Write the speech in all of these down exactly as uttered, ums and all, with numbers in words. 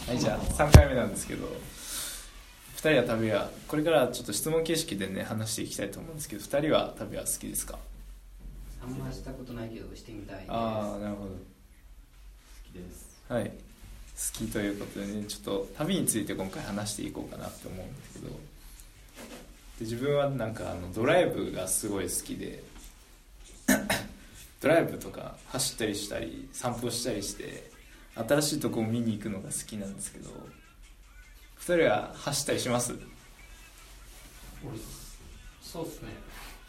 はい、じゃあさんかいめなんですけど、ふたりは旅はこれからちょっと質問形式でね話していきたいと思うんですけど、ふたりは旅は好きですか？ あんましたことないけどしてみたいです。 ああ、なるほど。好きです。 はい、好きということでね、ちょっと旅について今回話していこうかなって思うんですけど、で自分はなんかあのドライブがすごい好きでドライブとか走ったりしたり散歩したりして新しいとこを見に行くのが好きなんですけど、ふたりは走ったりします？ 俺そうっすね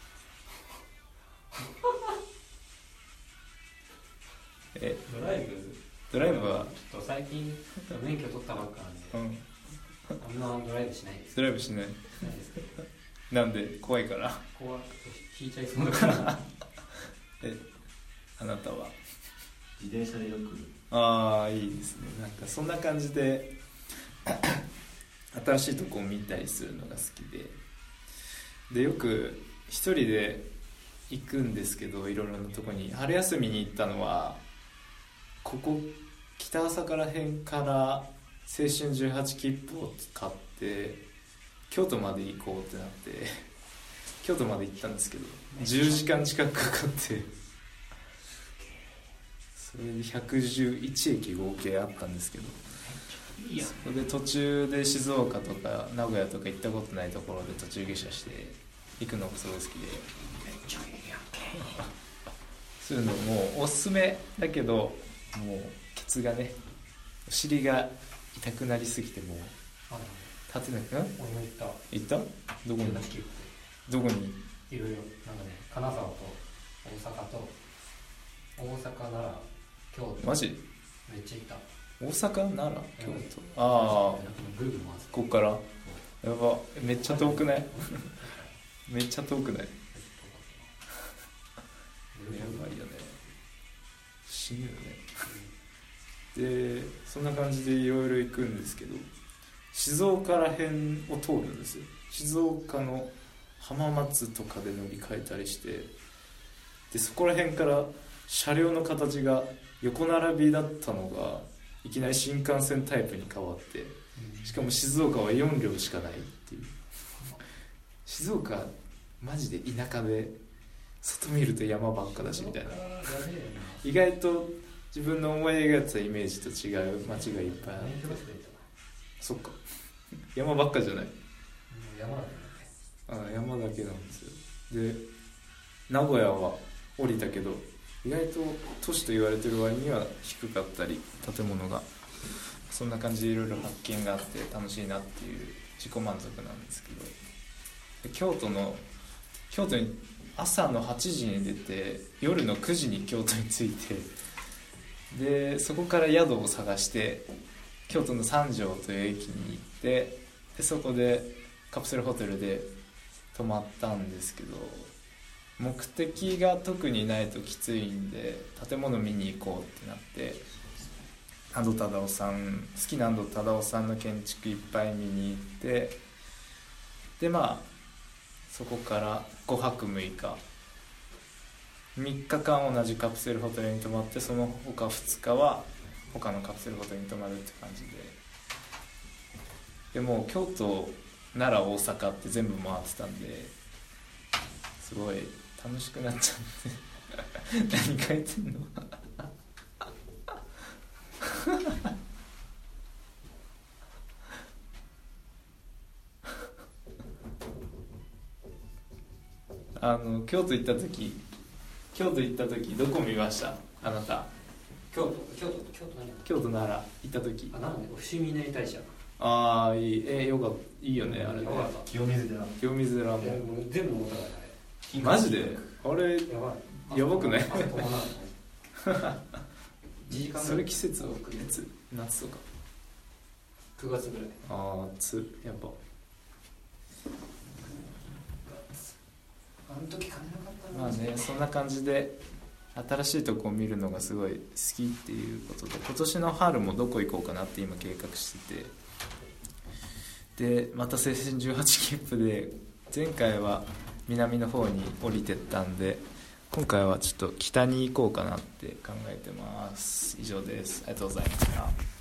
えドライブドライブはちょっと最近免許取ったばっかなんで、うん、あんまドライブしないです。 ドライブしないなんで？怖いから？ 怖くて引いちゃいそうだからえ、あなたは？ 自転車でよく。 ああ、いいですね。なんかそんな感じで新しいとこを見たりするのが好きで、でよく一人で行くんですけど、いろいろなとこに。春休みに行ったのはここ北朝霞ら辺から青春じゅうはち切符を買って京都まで行こうってなって京都まで行ったんですけどじゅうじかん近くかかってそれでひゃくじゅういちえき合計あったんですけど、それで途中で静岡とか名古屋とか行ったことないところで途中下車して行くのがすごい好きで、そういうのもうおすすめだけど、もうケツがね、お尻が痛くなりすぎてもう立てなくなる。 俺も行った行ったどこにどこにいろいろなんかね、金沢と大阪と大阪奈良京都。 マジ？ めっちゃ行った。 大阪奈良京都。ああ、 ぐるぐる回す。 ここからやば、めっちゃ遠くないめっちゃ遠くないやばいよね、死ぬよねで、そんな感じでいろいろ行くんですけど、静岡ら辺を通るんですよ。静岡の浜松とかで乗り換えたりして、でそこら辺から車両の形が横並びだったのがいきなり新幹線タイプに変わって、しかも静岡はよん両しかないっていう。静岡マジで田舎で外見ると山ばっかだしみたいな意外と自分の思い描いてたイメージと違う街がいっぱいあって、そっか山ばっかじゃない、 山だね。 あ、山だけなんですよ。で名古屋は降りたけど意外と都市と言われてる割には低かったり建物が、そんな感じでいろいろ発見があって楽しいなっていう自己満足なんですけど、で京都の京都に朝のはちじに出て夜のくじに京都に着いて、でそこから宿を探して京都の三条という駅に行って、でそこでカプセルホテルで泊まったんですけど、目的が特にないときついんで建物見に行こうってなって、安藤忠雄さん、好きな安藤忠雄さんの建築いっぱい見に行って、でまあそこからごはくむいかみっかかん同じカプセルホテルに泊まって、その他ふつかは他のカプセルホテルに泊まるって感じで、でも京都、奈良、大阪って全部回ってたんですごい楽しくなっちゃって何書いてんのあの京都行った時京都行った時どこ見ました？あなた。 京都京都京都何？ 京都奈良行った時。 あ、なんで伏見稲荷大社。 ああ、いい、えー、よかった、いいよね、あれね。 清水寺。 清水寺も全部持たないあれ。 マジで？あれやばい、やばくない？それ季節は夏夏とかくがつぐらい。 ああ、つやば。 あの時金なかったな。 まあね、そんな感じで新しいとこを見るのがすごい好きっていうことで、今年の春もどこ行こうかなって今計画してて、でまた青春じゅうはち切符で前回は南の方に降りてったんで、今回はちょっと北に行こうかなって考えてます。以上です。ありがとうございました。